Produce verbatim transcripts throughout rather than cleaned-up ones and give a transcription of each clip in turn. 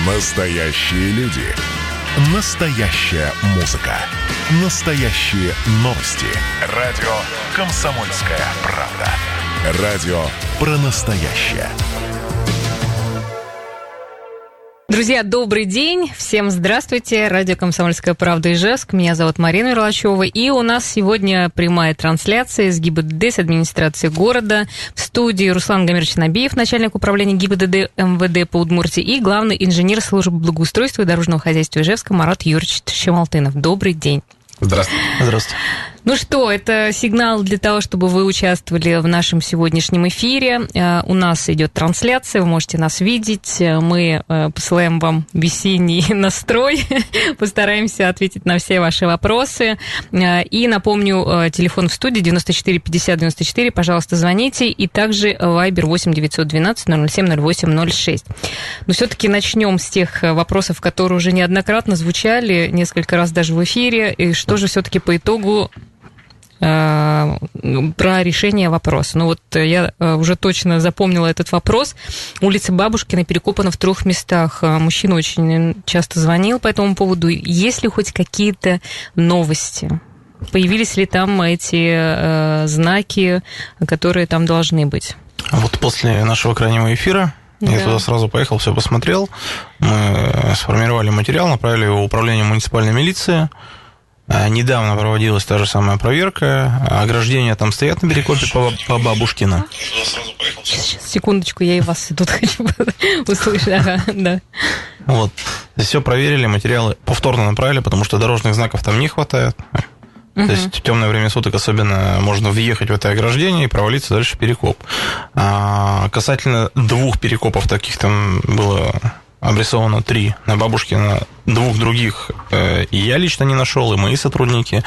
Настоящие люди. Настоящая музыка. Настоящие новости. Радио «Комсомольская правда». Радио про настоящее. Друзья, добрый день. Всем здравствуйте. Радио «Комсомольская правда» Ижевск. Меня зовут Марина Мерлачева. И у нас сегодня прямая трансляция из ГИБДД, с администрации города. В студии Руслан Гамирович Набиев, начальник управления ГИБДД МВД по Удмуртии, и главный инженер службы благоустройства и дорожного хозяйства Ижевска Марат Юрьевич Шамалтынов. Добрый день. Здравствуйте. Здравствуйте. Ну что, это сигнал для того, чтобы вы участвовали в нашем сегодняшнем эфире. У нас идет трансляция, вы можете нас видеть. Мы посылаем вам весенний настрой, постараемся ответить на все ваши вопросы. И напомню, телефон в студии девяносто четыре пятьдесят девяносто четыре, пожалуйста, звоните. И также вайбер восемь девятьсот двенадцать ноль ноль семь ноль восемь ноль шесть. Но все-таки начнем с тех вопросов, которые уже неоднократно звучали, несколько раз даже в эфире. И что же все-таки по итогу про решение вопроса. Ну вот я уже точно запомнила этот вопрос. Улица Бабушкина перекопана в трех местах. Мужчина очень часто звонил по этому поводу. Есть ли хоть какие-то новости? Появились ли там эти э, знаки, которые там должны быть? Вот после нашего крайнего эфира да. я туда сразу поехал, все посмотрел. Мы сформировали материал, направили его в управление муниципальной милиции. Недавно проводилась та же самая проверка. Ограждения там стоят на перекопе по, по Бабушкина. Секундочку, я и вас тут хочу услышать. Ага, да. Вот. Все проверили, материалы повторно направили, потому что дорожных знаков там не хватает. Uh-huh. То есть в темное время суток особенно можно въехать в это ограждение и провалиться дальше в перекоп. А касательно двух перекопов таких там было обрисовано три на Бабушкина, двух других и я лично не нашел, и мои сотрудники,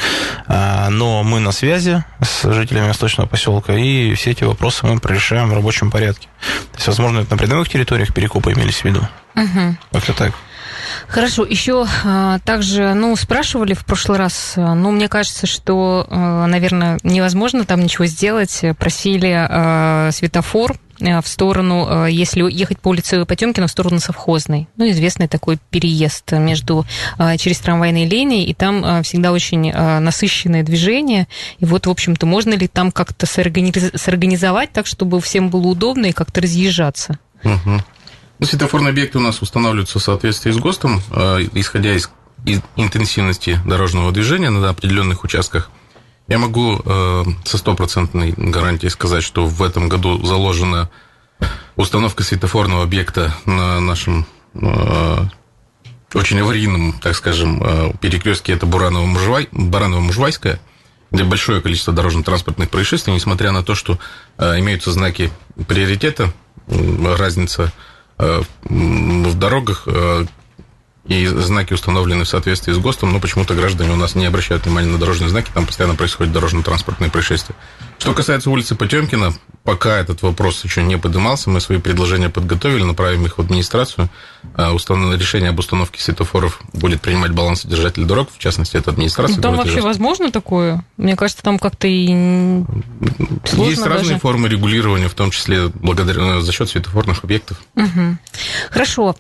но мы на связи с жителями Восточного поселка, и все эти вопросы мы прорешаем в рабочем порядке. То есть, возможно, это на придомовых территориях перекопа имелись в виду. Угу. Как-то так. Хорошо, еще также, ну, спрашивали в прошлый раз, ну, мне кажется, что, наверное, невозможно там ничего сделать, просили светофор в сторону, если ехать по улице Потёмкина, в сторону Совхозной. Ну, известный такой переезд между, через трамвайные линии, и там всегда очень насыщенное движение. И вот, в общем-то, можно ли там как-то сорганизовать так, чтобы всем было удобно и как-то разъезжаться? Угу. Ну, светофорные объекты у нас устанавливаются в соответствии с ГОСТом, исходя из интенсивности дорожного движения на определенных участках. Я могу э, со стопроцентной гарантией сказать, что в этом году заложена установка светофорного объекта на нашем э, очень аварийном, так скажем, э, перекрестке, это Бураново-Мужвай, Бараново-Мужвайская, где большое количество дорожно-транспортных происшествий, несмотря на то, что э, имеются знаки приоритета, э, разница э, в дорогах, э, и знаки установлены в соответствии с ГОСТом, но почему-то граждане у нас не обращают внимания на дорожные знаки, там постоянно происходят дорожно-транспортные происшествия. Что касается улицы Потёмкина, пока этот вопрос еще не поднимался, мы свои предложения подготовили, направим их в администрацию. Решение об установке светофоров будет принимать балансодержатель дорог, в частности, это администрация. Ну, там вообще Ижевск. Возможно такое? Мне кажется, там как-то и сложно. Есть разные даже формы регулирования, в том числе благодаря, за счет светофорных объектов. Угу. Хорошо.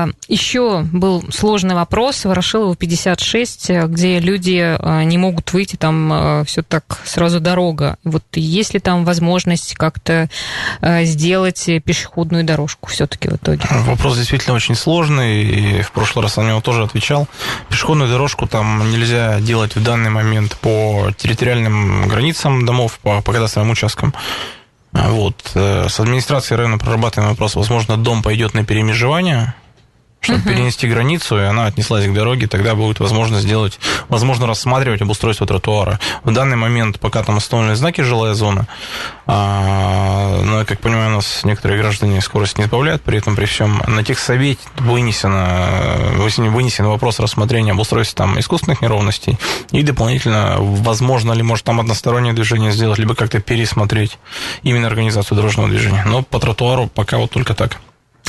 Еще был сложный вопрос. Ворошилова пятьдесят шесть, где люди не могут выйти, там все так сразу дорога. Вот есть ли там возможность как-то сделать пешеходную дорожку все-таки в итоге? Вопрос действительно очень сложный, и в прошлый раз на него тоже отвечал. Пешеходную дорожку там нельзя делать в данный момент по территориальным границам домов, по, по кадастровым участкам. Вот. С администрацией района прорабатываем вопрос. Возможно, дом пойдет на перемежевание, чтобы uh-huh. перенести границу, и она отнеслась к дороге, тогда будет возможно сделать, возможно рассматривать обустройство тротуара. В данный момент, пока там установлены знаки «жилая зона», а, но, как понимаю, у нас некоторые граждане скорость не сбавляют, при этом при всем на техсовете вынесено, вынесен вопрос рассмотрения обустройства там искусственных неровностей, и дополнительно, возможно ли, может, там одностороннее движение сделать, либо как-то пересмотреть именно организацию дорожного движения. Но по тротуару пока вот только так.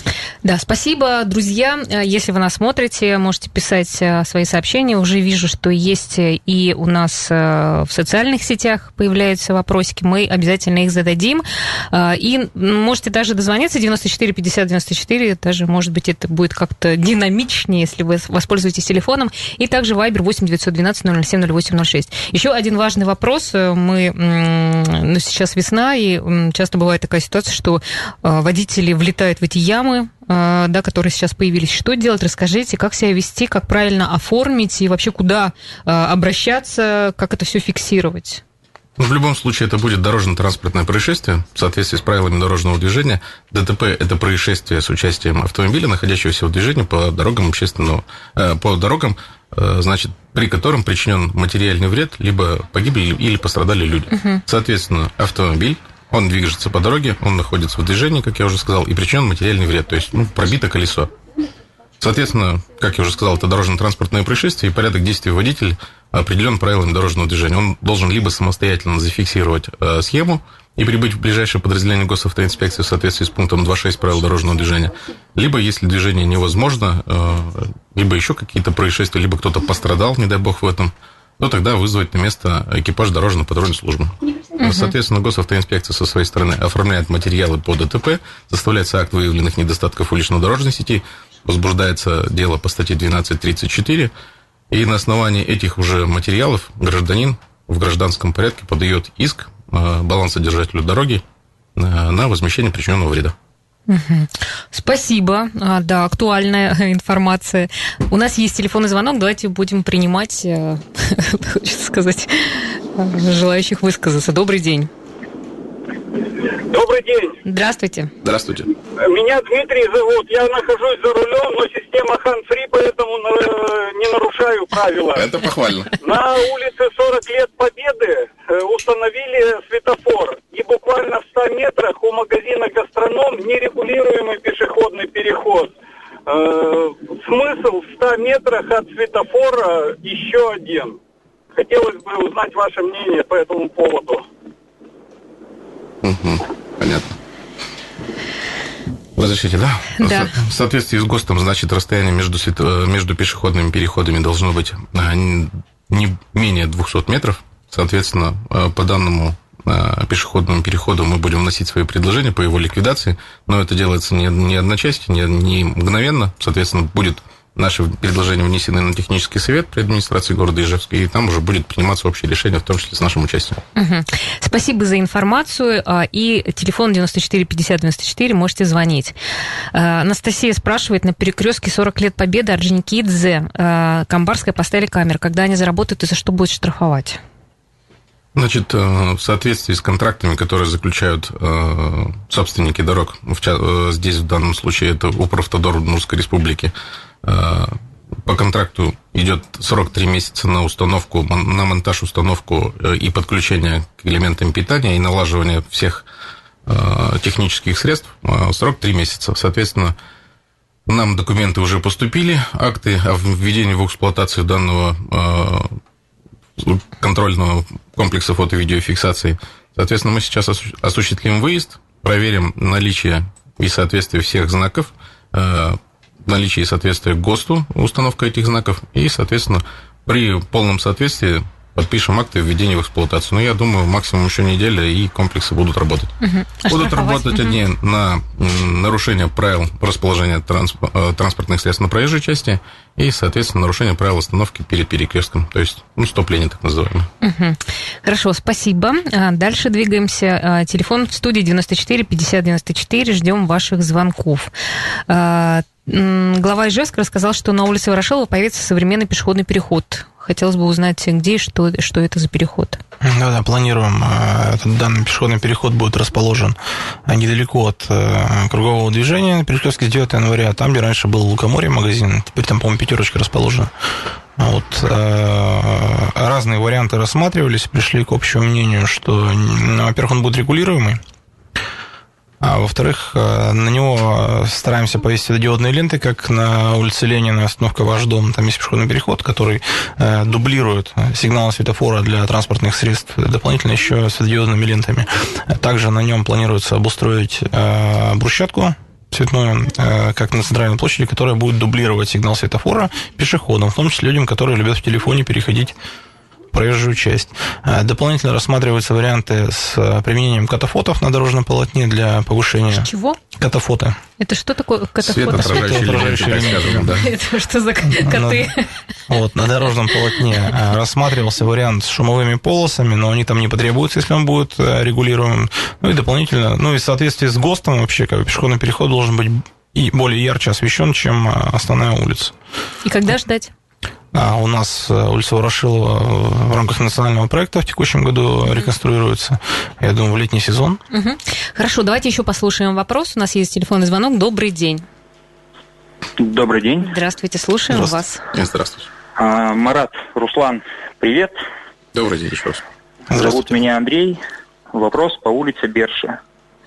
Да, спасибо, друзья. Если вы нас смотрите, можете писать свои сообщения. Уже вижу, что есть и у нас в социальных сетях появляются вопросики. Мы обязательно их зададим. И можете даже дозвониться девяносто четыре пятьдесят девяносто четыре. Даже, может быть, это будет как-то динамичнее, если вы воспользуетесь телефоном. И также Вайбер восемь девятьсот двенадцать ноль ноль семь ноль восемь ноль шесть. Еще один важный вопрос. Мы, ну, сейчас весна, и часто бывает такая ситуация, что водители влетают в эти ямы, да, которые сейчас появились. Что делать? Расскажите, как себя вести, как правильно оформить и вообще куда обращаться, как это все фиксировать? В любом случае, это будет дорожно-транспортное происшествие в соответствии с правилами дорожного движения. ДТП – это происшествие с участием автомобиля, находящегося в движении по дорогам общественного, по дорогам, значит, при котором причинен материальный вред, либо погибли или пострадали люди. Угу. Соответственно, автомобиль, он движется по дороге, он находится в движении, как я уже сказал, и причинен материальный вред, то есть, ну, пробито колесо. Соответственно, как я уже сказал, это дорожно-транспортное происшествие, и порядок действий водителя определен правилами дорожного движения. Он должен либо самостоятельно зафиксировать э, схему и прибыть в ближайшее подразделение госавтоинспекции в соответствии с пунктом два шесть правил дорожного движения, либо, если движение невозможно, э, либо еще какие-то происшествия, либо кто-то пострадал, не дай бог в этом, то тогда вызвать на место экипаж дорожно-патрульной службы. Uh-huh. Соответственно, госавтоинспекция со своей стороны оформляет материалы по ДТП, составляется акт выявленных недостатков улично-дорожной сети, возбуждается дело по статье двенадцать тридцать четыре, и на основании этих уже материалов гражданин в гражданском порядке подает иск балансодержателю дороги на возмещение причиненного вреда. Угу. Спасибо. Да, актуальная информация. У нас есть телефонный звонок. Давайте будем принимать, хочется сказать, желающих высказаться. Добрый день. Добрый день. Здравствуйте. Здравствуйте. Меня Дмитрий зовут. Я нахожусь за рулем, но система хан-фри, поэтому не нарушаю правила. Это похвально. На улице сорок лет Победы установили светофор. И буквально в ста метрах у магазина «Гастроном» нерегулируемый пешеходный переход. Смысл в ста метрах от светофора еще один. Хотелось бы узнать ваше мнение по этому поводу. Угу, понятно. Разрешите, да? Да. В соответствии с ГОСТом, значит, расстояние между, между пешеходными переходами должно быть не менее двухсот метров. Соответственно, по данному пешеходному переходу мы будем вносить свои предложения по его ликвидации, но это делается не, не одночасье, не, не мгновенно. Соответственно, будет наши предложения внесены на технический совет при администрации города Ижевска, и там уже будет приниматься общее решение, в том числе с нашим участием. Угу. Спасибо за информацию. И телефон девяносто четыре пятьдесят девяносто четыре, можете звонить. Анастасия спрашивает, на перекрестке сорок лет Победы Орджоникидзе, Камбарская поставили камеры. Когда они заработают и за что будет штрафовать? Значит, в соответствии с контрактами, которые заключают собственники дорог, здесь в данном случае это Укравтодор Удмуртской Республики, по контракту идет срок три месяца на установку, на монтаж, установку и подключение к элементам питания и налаживание всех технических средств. Срок три месяца. Соответственно, нам документы уже поступили, акты о введении в эксплуатацию данного контрольного комплекса фото-видеофиксации. Соответственно, мы сейчас осуществим выезд, проверим наличие и соответствие всех знаков, наличие и соответствие ГОСТу, установка этих знаков, и, соответственно, при полном соответствии подпишем акты введения в эксплуатацию. Но я думаю, максимум еще неделя, и комплексы будут работать. Угу. А будут работать угу. они на нарушение правил расположения трансп- транспортных средств на проезжей части и, соответственно, нарушение правил остановки перед перекрестком, то есть ну, стоп-линия так называемая. Угу. Хорошо, спасибо. Дальше двигаемся. Телефон в студии девяносто четыре пятьдесят девяносто четыре. Ждем ваших звонков. Глава Ижевска рассказал, что на улице Ворошилова появится современный пешеходный переход. Хотелось бы узнать, где и что, что это за переход. Да, да, планируем. Этот данный пешеходный переход будет расположен недалеко от кругового движения на перекрестке с девятого января, там, где раньше был Лукоморье магазин, теперь там, по-моему, пятерочка расположена. Вот, разные варианты рассматривались, пришли к общему мнению, что, ну, во-первых, он будет регулируемый, а во-вторых, на него стараемся повесить светодиодные ленты, как на улице Ленина, остановка «Ваш дом». Там есть пешеходный переход, который дублирует сигналы светофора для транспортных средств, дополнительно еще светодиодными лентами. Также на нем планируется обустроить брусчатку цветную, как на центральной площади, которая будет дублировать сигнал светофора пешеходам, в том числе людям, которые любят в телефоне переходить проезжую часть. Дополнительно рассматриваются варианты с применением катафотов на дорожном полотне для повышения... Чего? Катафоты. Это что такое катафоты? Светоотражающие элементы, да. Это что за коты? Вот, на дорожном полотне рассматривался вариант с шумовыми полосами, но они там не потребуются, если он будет регулируем. Ну и дополнительно, ну и в соответствии с ГОСТом вообще, как бы пешеходный переход должен быть и более ярче освещен, чем основная улица. И когда ждать? А у нас улица Ворошилова в рамках национального проекта в текущем году реконструируется, я думаю, в летний сезон. Угу. Хорошо, давайте еще послушаем вопрос. У нас есть телефонный звонок. Добрый день. Добрый день. Здравствуйте, слушаем вас. Здравствуйте. А, Марат, Руслан, привет. Добрый день еще раз. Зовут меня Андрей. Вопрос по улице Берши.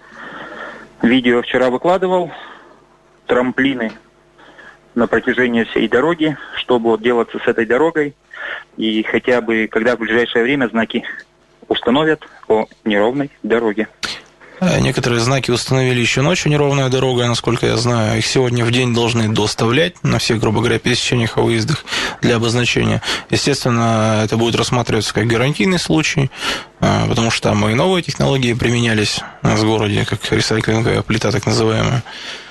Видео вчера выкладывал. Трамплины на протяжении всей дороги, что будет делаться с этой дорогой, и хотя бы, когда в ближайшее время знаки установят о неровной дороге. Некоторые знаки установили еще ночью, неровная дорога, насколько я знаю. Их сегодня в день должны доставлять на всех, грубо говоря, пересечениях и выездах для обозначения. Естественно, это будет рассматриваться как гарантийный случай, потому что там и новые технологии применялись у нас в городе, как ресайклинговая плита так называемая.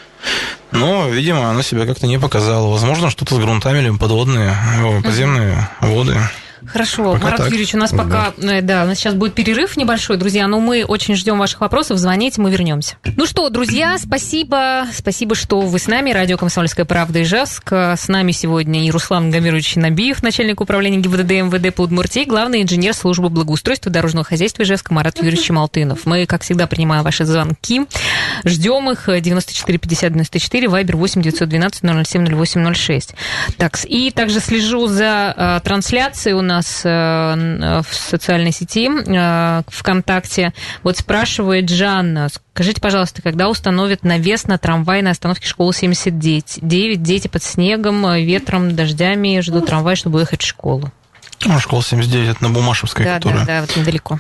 Но, видимо, оно себя как-то не показало. Возможно, что-то с грунтами или подводные, подземные воды. Хорошо, пока Марат так. Юрьевич, у нас пока, да. да, у нас сейчас будет перерыв небольшой, друзья, но мы очень ждем ваших вопросов, звоните, мы вернемся. Ну что, друзья, спасибо, спасибо, что вы с нами, радио «Комсомольская правда» Ижевск. С нами сегодня и Руслан Гамирович Набиев, начальник управления ГИБДД МВД по Удмуртии, главный инженер службы благоустройства дорожного хозяйства Ижевска Марат Юрьевич Малтынов. Мы, как всегда, принимаем ваши звонки, ждем их, девяносто четыре пятьдесят девяносто четыре, вайбер восемь девятьсот двенадцать ноль ноль семь ноль восемь ноль шесть. Так, и также слежу за а, трансляцией у нас в социальной сети ВКонтакте. Вот спрашивает Жанна, скажите, пожалуйста, когда установят навес на трамвай на остановке школы семьдесят девять? Дети под снегом, ветром, дождями ждут трамвай, чтобы уехать в школу. Ну, школа семьдесят девять, это на Бумашевской, да, которая... Да, да, вот недалеко.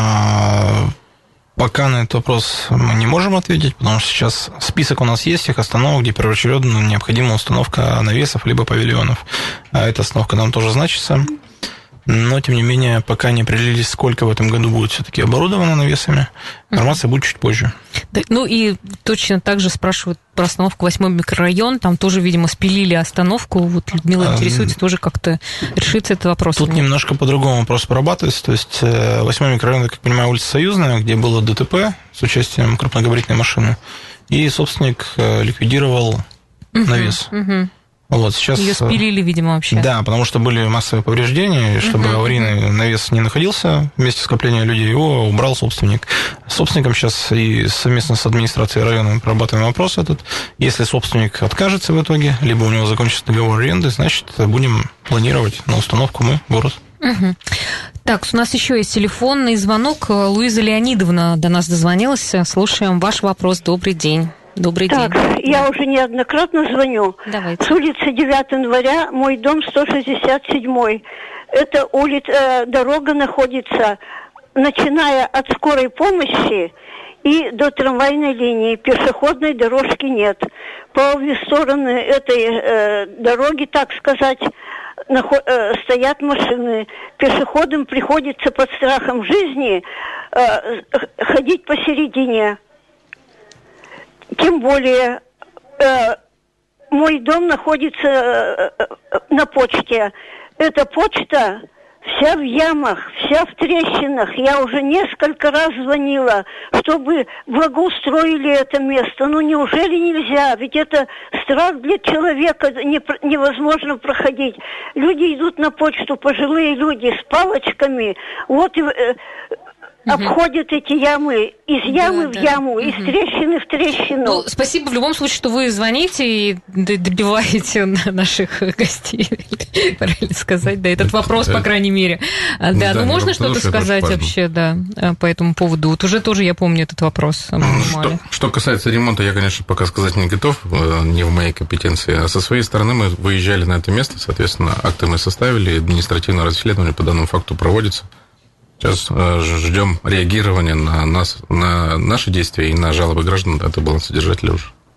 А, пока на этот вопрос мы не можем ответить, потому что сейчас список у нас есть всех остановок, где первоочередно необходима установка навесов либо павильонов. А эта остановка там тоже значится. Но, тем не менее, пока не определились, сколько в этом году будет все-таки оборудовано навесами. Информация будет чуть позже. Да, ну и точно так же спрашивают про остановку восьмой микрорайон. Там тоже, видимо, спилили остановку. Вот Людмила интересуется, а, тоже как-то решится этот вопрос. Тут немножко по-другому вопрос прорабатывается. То есть восьмой микрорайон, как я понимаю, улица Союзная, где было ДТП с участием крупногабаритной машины. И собственник ликвидировал uh-huh, навес. Uh-huh. Вот, сейчас... Ее спилили, видимо, вообще. Да, потому что были массовые повреждения, и чтобы uh-huh, аварийный uh-huh. навес не находился в месте скопления людей, его убрал собственник. С собственником сейчас и совместно с администрацией района прорабатываем вопрос этот. Если собственник откажется в итоге, либо у него закончится договор аренды, значит, будем планировать на установку мы, город. Угу. Так, у нас еще есть телефонный звонок. Луиза Леонидовна до нас дозвонилась. Слушаем ваш вопрос. Добрый день. Добрый так, день. Я уже неоднократно звоню. Давайте. С улицы девятого января, мой дом сто шестьдесят семь. Эта улица, э, дорога находится, начиная от скорой помощи и до трамвайной линии. Пешеходной дорожки нет. По обе стороны этой э, дороги, так сказать, нахо- э, стоят машины. Пешеходам приходится под страхом жизни э, ходить посередине. Тем более, э, мой дом находится э, на почте. Эта почта вся в ямах, вся в трещинах. Я уже несколько раз звонила, чтобы благоустроили это место. Ну, неужели нельзя? Ведь это страх для человека, не, невозможно проходить. Люди идут на почту, пожилые люди с палочками. Вот... Э, Угу. Обходят эти ямы, из ямы да, в да. яму, угу. из трещины в трещину. Ну, спасибо в любом случае, что вы звоните и добиваете наших гостей, правильно сказать, да, этот вопрос, по крайней мере. Да, да ну можно что-то сказать вообще, да, по этому поводу? Вот уже тоже я помню этот вопрос. Что, что касается ремонта, я, конечно, пока сказать не готов, не в моей компетенции, а со своей стороны мы выезжали на это место, соответственно, акты мы составили, административное расследование по данному факту проводится. Сейчас ждем реагирования на нас, на наши действия и на жалобы граждан от балансодержателя уже.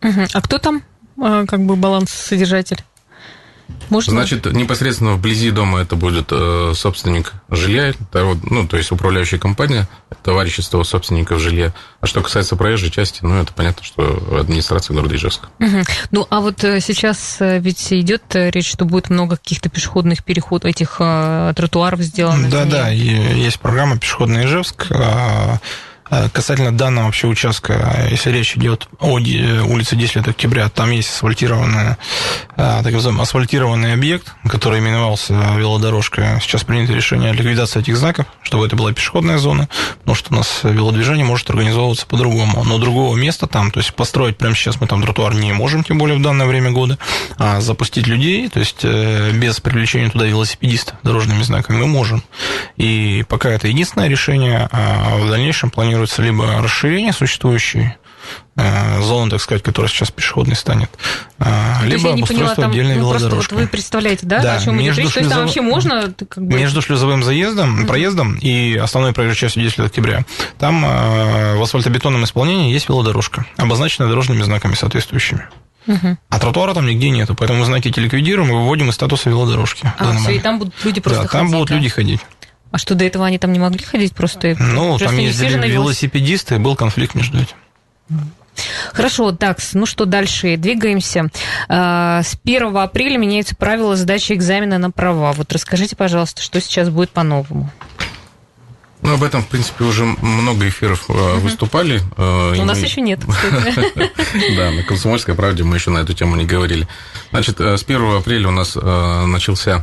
А кто там как бы баланс-содержатель? Можно? Значит, непосредственно вблизи дома это будет э, собственник жилья, ну, то есть управляющая компания, товарищество собственников жилья. А что касается проезжей части, ну, это понятно, что администрация города Ижевска. Угу. Ну, а вот сейчас ведь идет речь, что будет много каких-то пешеходных переходов, этих э, тротуаров сделано. Да, да, есть программа «Пешеходный Ижевск». Касательно данного вообще участка, если речь идет о улице десять лет октября, там есть асфальтированный, так называемый асфальтированный объект, который именовался велодорожка. Сейчас принято решение о ликвидации этих знаков, чтобы это была пешеходная зона, потому что у нас велодвижение может организовываться по-другому. Но другого места там, то есть построить прямо сейчас мы там тротуар не можем, тем более в данное время года, а запустить людей, то есть без привлечения туда велосипедистов дорожными знаками мы можем. И пока это единственное решение, а в дальнейшем планируется либо расширение существующей э, зоны, так сказать, которая сейчас пешеходной станет, э, либо обустройство отдельной ну, велодорожки. Просто вот вы представляете, да, да о чем идет речь? То есть там вообще можно... Как бы... Между шлюзовым заездом, mm-hmm. проездом и основной проезжей частью десять лет октября, там э, в асфальтобетонном исполнении есть велодорожка, обозначенная дорожными знаками соответствующими. Угу. А тротуара там нигде нету, поэтому мы знаки эти ликвидируем и выводим из статуса велодорожки. А, все, и там будут люди просто да, ходить? там будут да? люди ходить. А что, до этого они там не могли ходить просто? Ну, там ездили велосипедисты, и был конфликт между этим. Хорошо, так, ну что, дальше двигаемся. С первого апреля меняются правила сдачи экзамена на права. Вот расскажите, пожалуйста, что сейчас будет по-новому? Ну, об этом, в принципе, уже много эфиров uh-huh. выступали. У нас мы... еще нет, кстати. Да, на «Комсомольской правде» мы еще на эту тему не говорили. Значит, с первого апреля у нас начался...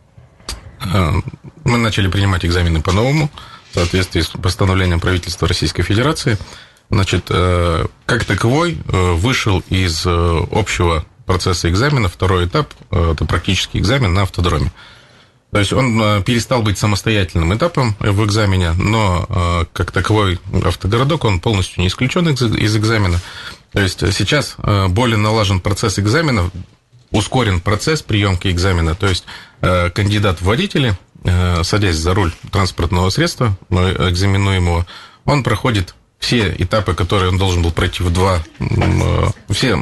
Мы начали принимать экзамены по-новому, в соответствии с постановлением правительства Российской Федерации. Значит, как таковой вышел из общего процесса экзамена второй этап, это практический экзамен на автодроме. То есть он перестал быть самостоятельным этапом в экзамене, но как таковой автогородок, он полностью не исключен из экзамена. То есть сейчас более налажен процесс экзаменов, ускорен процесс приемки экзамена, то есть кандидат в водители, садясь за руль транспортного средства экзаменуемого, он проходит все этапы, которые он должен был пройти в два, все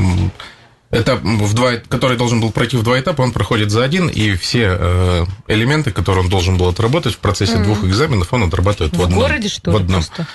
этап, в два, который должен был пройти в два этапа, он проходит за один, и все элементы, которые он должен был отработать в процессе mm-hmm. двух экзаменов, он отрабатывает в, в одном. В городе, что ли, в одном. Просто?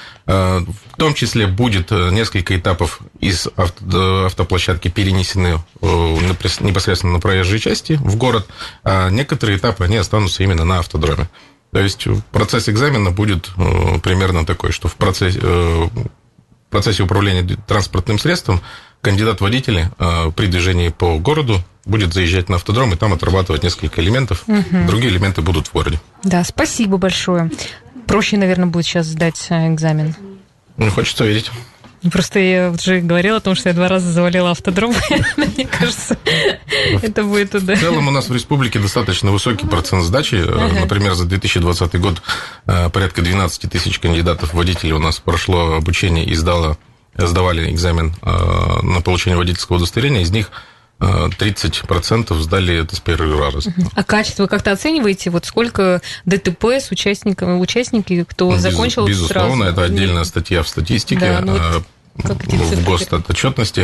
В том числе будет несколько этапов из авто, автоплощадки перенесены непосредственно на проезжей части в город, а некоторые этапы, они останутся именно на автодроме. То есть процесс экзамена будет примерно такой, что в процессе, в процессе управления транспортным средством кандидат-водитель при движении по городу будет заезжать на автодром и там отрабатывать несколько элементов. Угу. Другие элементы будут в городе. Да, спасибо большое. Проще, наверное, будет сейчас сдать экзамен. Ну, хочется верить. Просто я уже говорила о том, что я два раза завалила автодром. Мне кажется, это будет туда. В целом у нас в республике достаточно высокий процент сдачи. Ага. Например, за две тысячи двадцатый год порядка двенадцать тысяч кандидатов водителей у нас прошло обучение и сдало, сдавали экзамен на получение водительского удостоверения. Из них тридцать процентов сдали это с первого раза. А качество вы как-то оцениваете? Вот сколько ДТП с участниками, участники, кто Без, закончил безусловно, сразу? это отдельная статья в статистике, да, ну вот в госотчетности.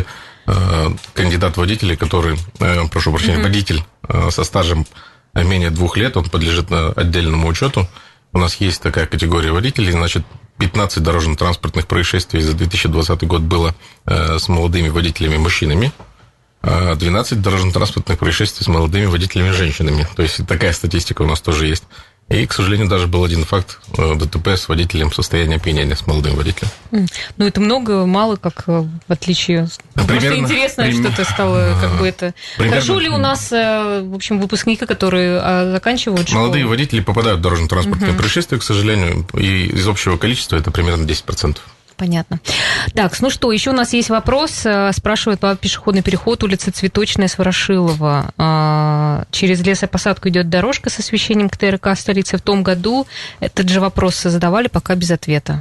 Кандидат водителей, который, прошу прощения, угу. водитель со стажем менее двух лет, он подлежит отдельному учету. У нас есть такая категория водителей, значит, пятнадцать дорожно-транспортных происшествий за две тысячи двадцатый год было с молодыми водителями-мужчинами, двенадцать дорожно-транспортных происшествий с молодыми водителями-женщинами. То есть такая статистика у нас тоже есть. И, к сожалению, даже был один факт ДТП с водителем в состоянии опьянения, с молодым водителем. Ну, это много, мало, как в отличие... Да, просто примерно, интересно, прим... что-то стало, как бы это... Примерно... Хорошо ли у нас, в общем, выпускники, которые заканчивают школу? Молодые водители попадают в дорожно-транспортные угу. происшествия, к сожалению, и из общего количества это примерно десять процентов. Понятно. Так, ну что, еще у нас есть вопрос. Спрашивают по пешеходный переход улица Цветочная с Ворошилова. Через лесопосадку идет дорожка с освещением к ТРК столицы. В том году этот же вопрос задавали, пока без ответа.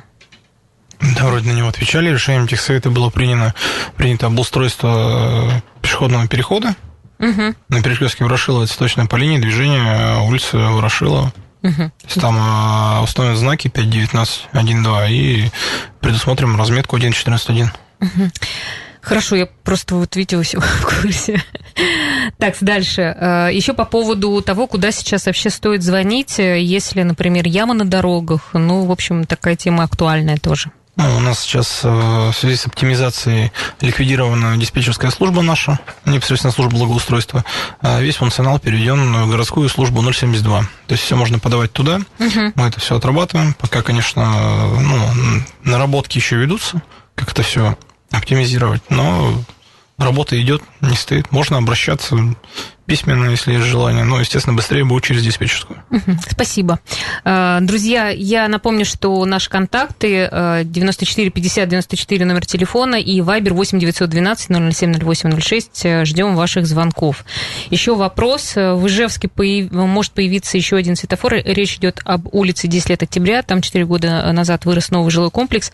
Да, вроде на него отвечали. Решением техсовета было принято, принято обустройство пешеходного перехода угу. на перекрестке Ворошилова, Цветочная по линии движения улицы Ворошилова. Угу. Там э, установят знаки пять девятнадцать один два и предусмотрим разметку один четырнадцать один. Угу. Хорошо, я просто вот видела все в курсе. Так, дальше. Еще по поводу того, куда сейчас вообще стоит звонить, если, например, яма на дорогах. Ну, в общем, такая тема актуальная тоже. Ну, у нас сейчас в связи с оптимизацией ликвидирована диспетчерская служба наша, непосредственно служба благоустройства. Весь функционал переведен в городскую службу ноль семьдесят два. То есть все можно подавать туда. Угу. Мы это все отрабатываем. Пока, конечно, ну, наработки еще ведутся, как это все оптимизировать, но работа идет, не стоит. Можно обращаться письменно, если есть желание, но, естественно, быстрее будет через диспетчерскую. Спасибо. Друзья, я напомню, что наши контакты девяносто четыре пятьдесят девяносто четыре номер телефона и Вайбер восемь девятьсот двенадцать ноль ноль семь ноль восемь ноль шесть. Ждем ваших звонков. Еще вопрос. В Ижевске появ... может появиться еще один светофор. Речь идет об улице десять лет октября. Там четыре года назад вырос новый жилой комплекс.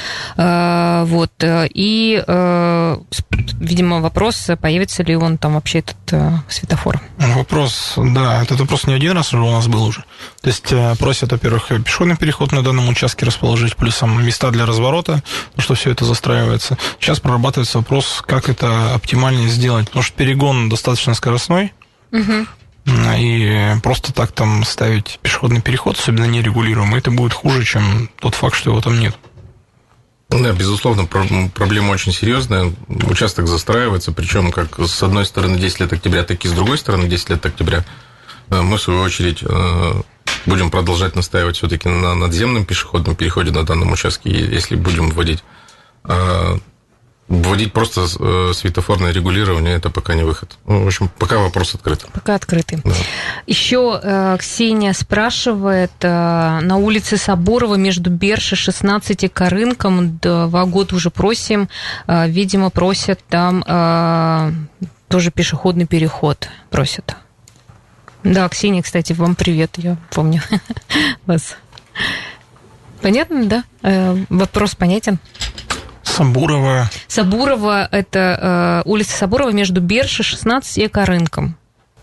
Вот. И, видимо, вопрос, появится ли он там вообще этот светофор. Вопрос, да, этот вопрос не один раз уже у нас был уже. То есть просят, во-первых, пешеходный переход на данном участке расположить, плюсом места для разворота, потому что все это застраивается. Сейчас прорабатывается вопрос, как это оптимальнее сделать, потому что перегон достаточно скоростной, угу. И просто так там ставить пешеходный переход, особенно нерегулируемый, это будет хуже, чем тот факт, что его там нет. Да, безусловно, проблема очень серьезная. Участок застраивается, причем как с одной стороны десять лет октября, так и с другой стороны десять лет октября. Мы, в свою очередь, будем продолжать настаивать все-таки на надземном пешеходном переходе на данном участке, если будем вводить. Вводить просто светофорное регулирование – это пока не выход. Ну, в общем, пока вопрос открыт. Пока открытый. Да. Еще э, Ксения спрашивает, э, на улице Соборова между Бершей шестнадцать и Карынком, два года уже просим, э, видимо, просят там э, тоже пешеходный переход, просят. Да, Ксения, кстати, вам привет, я помню вас. Понятно, да? Э, вопрос понятен? Сабурова. Сабурова, это э, улица Сабурова между Бершей шестнадцать и Карынком.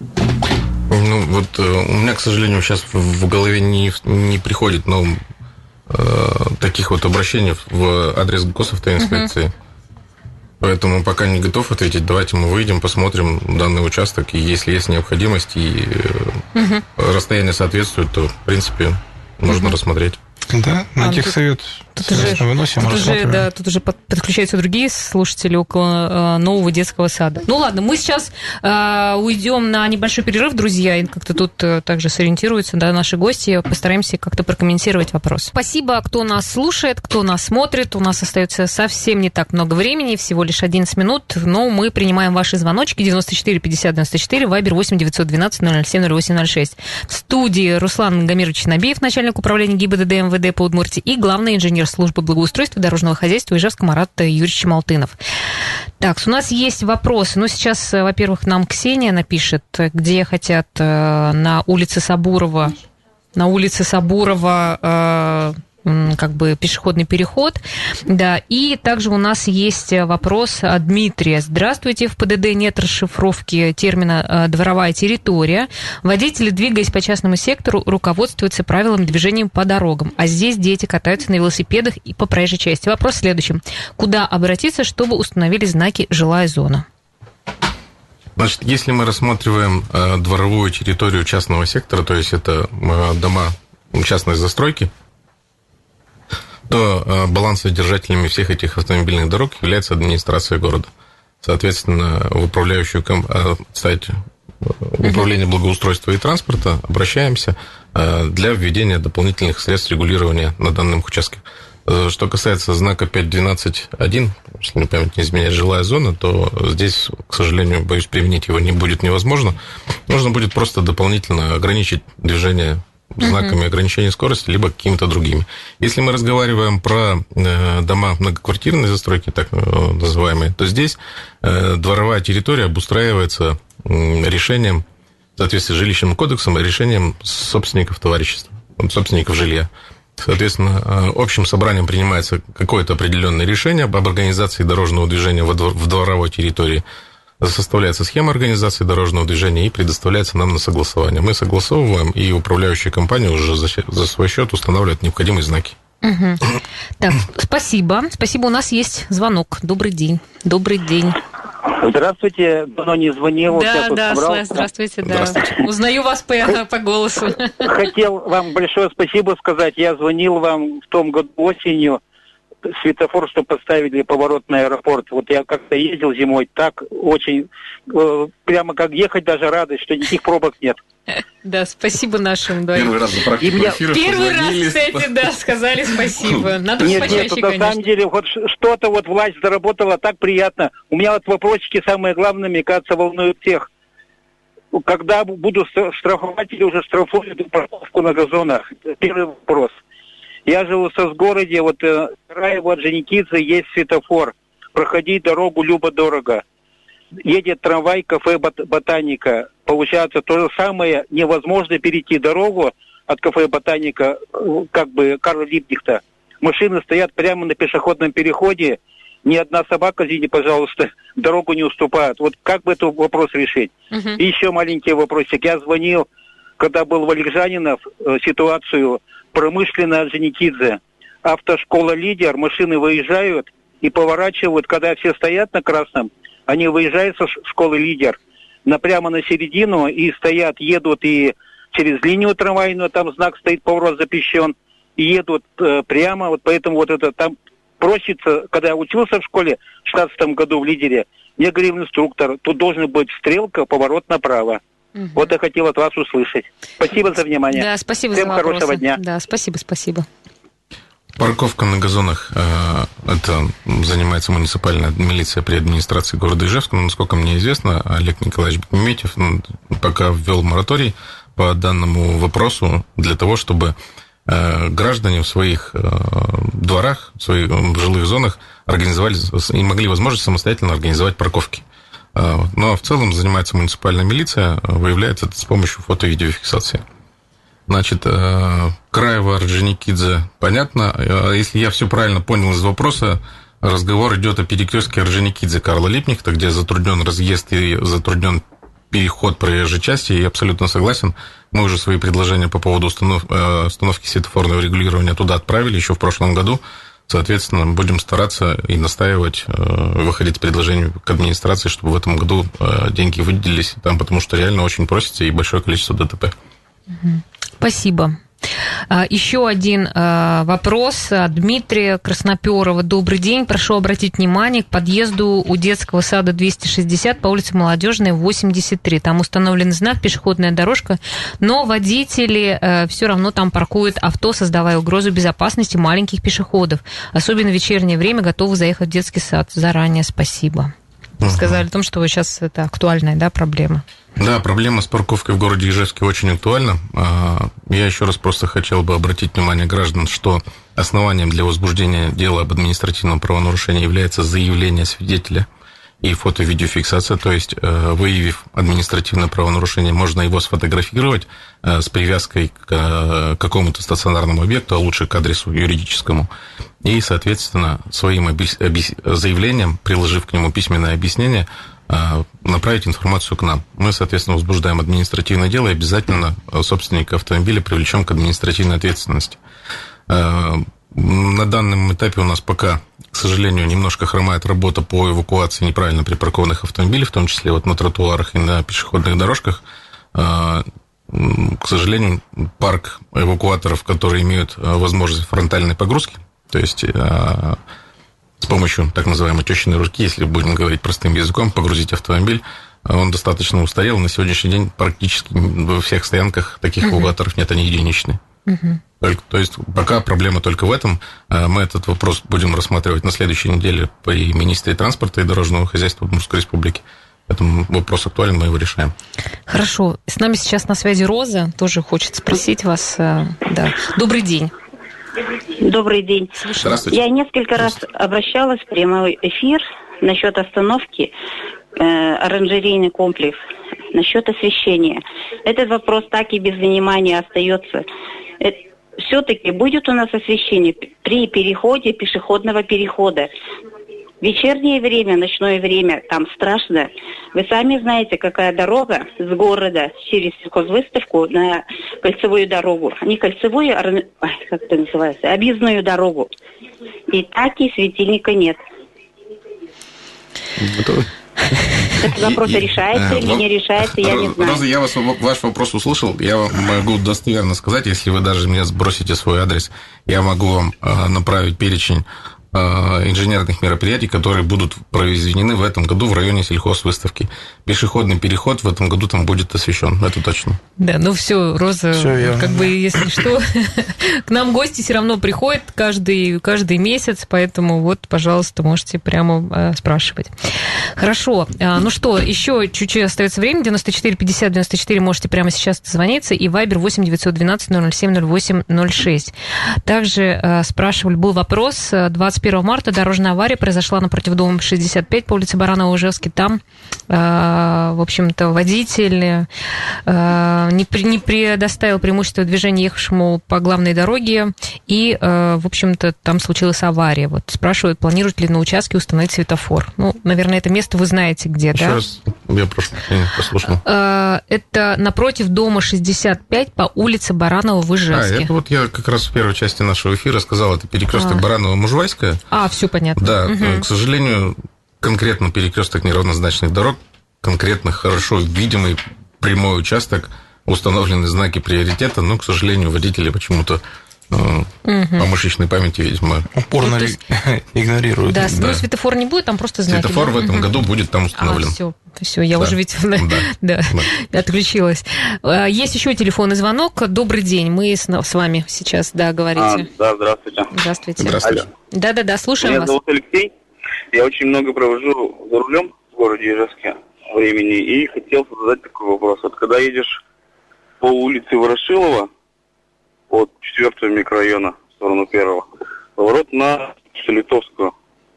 Ну, вот э, у меня, к сожалению, сейчас в, в голове не, не приходит, но э, таких вот обращений в адрес госавтоинспекции. Uh-huh. Поэтому пока не готов ответить. Давайте мы выйдем, посмотрим данный участок, и если есть необходимость и э, uh-huh. расстояние соответствует, то, в принципе, можно uh-huh. рассмотреть. Да, на а, техсовет тут, тут уже, выносим, тут уже, да, тут уже подключаются другие слушатели около э, нового детского сада. Ну ладно, мы сейчас э, уйдем на небольшой перерыв, друзья, и как-то тут э, также сориентируются, да, наши гости, постараемся как-то прокомментировать вопрос. Спасибо, кто нас слушает, кто нас смотрит. У нас остается совсем не так много времени, всего лишь одиннадцать минут, но мы принимаем ваши звоночки девяносто четыре пятьдесят девяносто четыре, Вайбер восемь девятьсот двенадцать ноль ноль семь ноль восемь ноль шесть. В студии Руслан Гамирович Набиев, начальник управления ГИБДД МВД по Удмуртии, и главный инженер службы благоустройства дорожного хозяйства Ижевска Марат Юрьевич Малтынов. Так, у нас есть вопросы. Ну, сейчас, во-первых, нам Ксения напишет, где хотят на улице Сабурова, на улице Сабурова как бы пешеходный переход. Да, и также у нас есть вопрос от Дмитрия. Здравствуйте, в ПДД нет расшифровки термина «дворовая территория». Водители, двигаясь по частному сектору, руководствуются правилами движения по дорогам, а здесь дети катаются на велосипедах и по проезжей части. Вопрос в следующем. Куда обратиться, чтобы установили знаки «жилая зона»? Значит, если мы рассматриваем э, дворовую территорию частного сектора, то есть это э, дома частной застройки, то э, балансодержателями всех этих автомобильных дорог является администрация города. Соответственно, в управляющую ком... э, кстати, в управление благоустройства и транспорта обращаемся э, для введения дополнительных средств регулирования на данном участке. Э, что касается знака пять двенадцать один, если мне память не изменяет, жилая зона, то здесь, к сожалению, боюсь, применить его не будет невозможно. Нужно будет просто дополнительно ограничить движение знаками uh-huh. ограничения скорости, либо какими-то другими. Если мы разговариваем про э, дома многоквартирной застройки, так называемые, то здесь э, дворовая территория обустраивается э, решением, в соответствии с жилищным кодексом, решением собственников товарищества, собственников жилья. Соответственно, э, общим собранием принимается какое-то определенное решение об организации дорожного движения в, двор, в дворовой территории. Составляется схема организации дорожного движения и предоставляется нам на согласование. Мы согласовываем, и управляющая компания уже за, за свой счет устанавливает необходимые знаки. Угу. Так, спасибо. Спасибо, у нас есть звонок. Добрый день. Добрый день. Здравствуйте, давно не звонил. Да, да, собрал. Здравствуйте, да. Здравствуйте. Узнаю вас по, по голосу. Хотел вам большое спасибо сказать. Я звонил вам в том году осенью. Светофор, что поставили поворот на аэропорт. Вот я как-то ездил зимой, так очень, э, прямо как ехать даже радость, что никаких пробок нет. Да, спасибо нашим. Да. Первый раз за практику эфира Первый раз, кстати, да, сказали спасибо. Надо нет, почаще, нет, конечно. На самом деле, вот что-то вот власть заработала так приятно. У меня вот вопросики самые главные, мне кажется, волнуют всех. Когда буду штрафовать или уже штрафую парковку на газонах? Первый вопрос. Я живу в Сосгороде, вот э, Краево от Женикидзе есть светофор. Проходи дорогу любо-дорого. Едет трамвай, кафе бот- «Ботаника». Получается, то же самое, невозможно перейти дорогу от кафе «Ботаника», как бы Карла Либкнехта. Машины стоят прямо на пешеходном переходе. Ни одна собака, извините, пожалуйста, дорогу не уступает. Вот как бы этот вопрос решить? Uh-huh. И еще маленький вопросик. Я звонил, когда был Валикжанинов, э, ситуацию промышленно от Женикидзе. Автошкола «Лидер», машины выезжают и поворачивают, когда все стоят на красном, они выезжают со школы «Лидер» на, прямо на середину и стоят, едут и через линию трамвайную, там знак стоит, поворот запрещен, и едут э, прямо, вот поэтому вот это там просится, когда я учился в школе в шестнадцатом году в «Лидере», мне говорил инструктор, тут должна быть стрелка, поворот направо. Угу. Вот я хотел от вас услышать. Спасибо за внимание. Да, спасибо Всем за вопросы. Хорошего дня. Да, спасибо, спасибо. Парковка на газонах, это занимается муниципальная милиция при администрации города Ижевска. Но, насколько мне известно, Олег Николаевич Бекметьев пока ввел мораторий по данному вопросу для того, чтобы граждане в своих дворах, в своих жилых зонах организовали и могли возможность самостоятельно организовать парковки. Но в целом занимается муниципальная милиция, выявляет это с помощью фото- и видеофиксации. Значит, Краево, Орджоникидзе, понятно. Если я все правильно понял из вопроса, разговор идет о перекрестке Орджоникидзе Карла Либкнехта, где затруднен разъезд и затруднен переход проезжей части, и абсолютно согласен. Мы уже свои предложения по поводу установ... установки светофорного регулирования туда отправили еще в прошлом году. Соответственно, будем стараться и настаивать, выходить с предложением к администрации, чтобы в этом году деньги выделились там, потому что реально очень просится и большое количество ДТП. Спасибо. Еще один вопрос от Дмитрия Красноперова. Добрый день. Прошу обратить внимание к подъезду у детского сада двести шестьдесят по улице Молодежная, восемьдесят три. Там установлен знак «Пешеходная дорожка», но водители все равно там паркуют авто, создавая угрозу безопасности маленьких пешеходов. Особенно в вечернее время готовы заехать в детский сад. Заранее спасибо. Вы сказали о том, что сейчас это актуальная, да, проблема. Да, проблема с парковкой в городе Ижевске очень актуальна. Я еще раз просто хотел бы обратить внимание граждан, что основанием для возбуждения дела об административном правонарушении является заявление свидетеля и фото-видеофиксация, то есть, выявив административное правонарушение, можно его сфотографировать с привязкой к какому-то стационарному объекту, а лучше к адресу юридическому, и, соответственно, своим заявлением, приложив к нему письменное объяснение, направить информацию к нам. Мы, соответственно, возбуждаем административное дело и обязательно собственника автомобиля привлечем к административной ответственности. На данном этапе у нас пока, к сожалению, немножко хромает работа по эвакуации неправильно припаркованных автомобилей, в том числе вот на тротуарах и на пешеходных дорожках. К сожалению, парк эвакуаторов, которые имеют возможность фронтальной погрузки, то есть с помощью так называемой тещиной руки, если будем говорить простым языком, погрузить автомобиль, он достаточно устарел. На сегодняшний день практически во всех стоянках таких uh-huh. эвакуаторов нет, они единичные. Uh-huh. Только, то есть пока проблема только в этом. Мы этот вопрос будем рассматривать на следующей неделе при министре транспорта и дорожного хозяйства Удмуртской республики. Поэтому вопрос актуален, мы его решаем. Хорошо. С нами сейчас на связи Роза. Тоже хочет спросить вас. Да. Добрый день. Добрый день. Здравствуйте. Я несколько раз обращалась в прямой эфир насчет остановки, э, оранжерейный комплекс, насчет освещения. Этот вопрос так и без внимания остается. Э, все-таки будет у нас освещение при переходе пешеходного перехода. Вечернее время, ночное время, там страшно. Вы сами знаете, какая дорога с города через сельхозвыставку на кольцевую дорогу. Не кольцевую, а как это называется, объездную дорогу. И так и светильника нет. Готовы? Этот вопрос И- и- решается э, или вам- не решается, я не знаю. Роза, я вас, ваш вопрос услышал. Я вам могу достоверно сказать, если вы даже мне сбросите свой адрес, я могу вам э, направить перечень э, инженерных мероприятий, которые будут произведены в этом году в районе сельхозвыставки. Пешеходный переход в этом году там будет освещен, это точно. Да, ну все, Роза, Всё верно. как бы, если что, к нам гости все равно приходят каждый, каждый месяц, поэтому вот, пожалуйста, можете прямо э, спрашивать. Хорошо, а, ну что, еще чуть-чуть остается время, девяносто четыре пятьдесят девяносто четыре, можете прямо сейчас дозвониться, и Вайбер восемь девятьсот двенадцать ноль ноль семь ноль восемь ноль шесть. Также э, спрашивали, был вопрос, двадцать первого марта дорожная авария произошла напротив дома шестьдесят пять по улице Баранова-Ижевски, там э, в общем-то, водитель э, не, при, не предоставил преимущество движения ехавшему по главной дороге, и, э, в общем-то, там случилась авария. Вот спрашивают, планируют ли на участке установить светофор. Ну, наверное, это место вы знаете где, Еще да? раз, я прошу прощения, послушал. Э, это напротив дома шестьдесят пять по улице Баранова в А, Ижевске. это вот я как раз в первой части нашего эфира сказал, это перекресток А. Баранова-Мужвайская. А, все понятно. Да, Мгм. к сожалению, конкретно перекресток неравнозначных дорог, конкретно хорошо видимый прямой участок, установлены знаки приоритета, но, к сожалению, водители почему-то э, по мышечной памяти, видимо, Упорно Ну, то есть- игнорируют. Да, Да. ну, светофор не будет, там просто знаки. светофор да? в этом Мгм. году будет там установлен. А, все, все, я Да. уже ведь Да. да, Да. отключилась. А, Есть еще телефонный звонок. Добрый день, мы с, с вами сейчас, да, А, говорите. да, здравствуйте. Здравствуйте. Здравствуйте. Алло. Да-да-да, слушаем Меня вас. зовут Алексей. Я очень много провожу за рулем в городе Ижевске времени и хотел задать такой вопрос. Вот когда едешь по улице Ворошилова от четвертого микрорайона в сторону первого, поворот на Литовскую.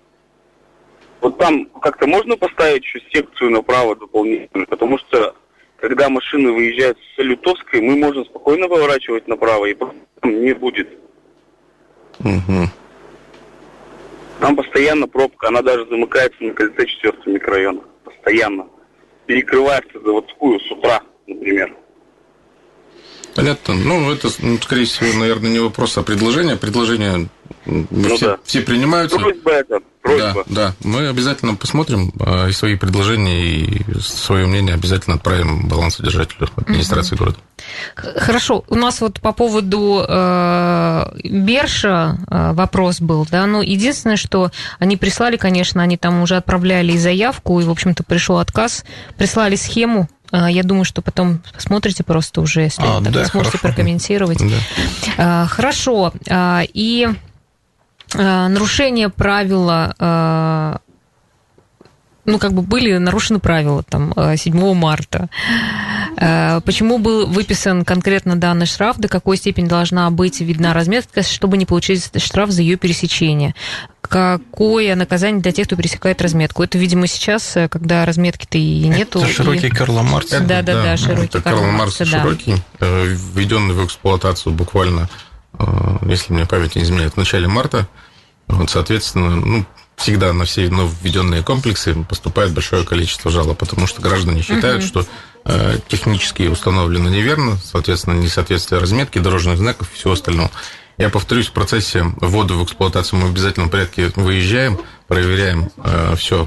Вот там как-то можно поставить еще секцию направо дополнительную, потому что когда машины выезжают с Литовской, мы можем спокойно поворачивать направо, и проблем не будет. Мгм. Там постоянно пробка, она даже замыкается на кольце четвертого микрорайона. Постоянно. Перекрывается заводскую с утра, например. Понятно. Ну, это, ну, скорее всего, наверное, не вопрос, а предложение. Предложения м, Ну все, да. все принимаются. Просьба это, просьба. Да, да. Мы обязательно посмотрим э, и свои предложения, и свое мнение обязательно отправим балансодержателю администрации города. Х- Хорошо, у нас вот по поводу э, Берша э, вопрос был, да, ну, единственное, что они прислали, конечно, они там уже отправляли и заявку, и, в общем-то, пришел отказ, прислали схему. Э, Я думаю, что потом посмотрите просто уже, если А, так да, сможете хорошо. прокомментировать. Да. Э, Хорошо. Э, И э, нарушение правила, э, ну, как бы были нарушены правила там э, седьмого марта. Э, Почему был выписан конкретно данный штраф, до какой степени должна быть видна разметка, чтобы не получить штраф за ее пересечение? Какое наказание для тех, кто пересекает разметку? Это, видимо, сейчас, э, когда разметки-то и нету. Это и- широкий Карла Маркс. Это, Да-да-да, широкий это Карл Карл Маркс, Маркс да. широкий, э, введенный в эксплуатацию буквально, э, если мне память не изменяет, в начале марта. Вот, соответственно, ну, всегда на все нововведенные комплексы поступает большое количество жалоб, потому что граждане считают, что э, технически установлено неверно, соответственно, несоответствие разметки, дорожных знаков и всего остального. Я повторюсь, в процессе ввода в эксплуатацию мы в обязательном порядке выезжаем, проверяем э, все,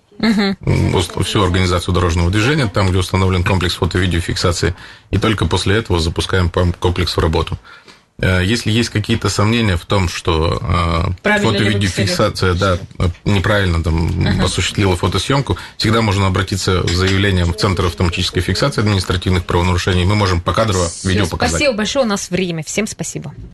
всю организацию дорожного движения, там, где установлен комплекс фото-видеофиксации, и только после этого запускаем комплекс в работу. Э, Если есть какие-то сомнения в том, что э, Правильно ли фото-видеофиксация да, неправильно там, осуществила фотосъемку, всегда можно обратиться с заявлением в Центр автоматической фиксации административных правонарушений. Мы можем покадрово видео показать. Спасибо большое, у нас время. Всем спасибо.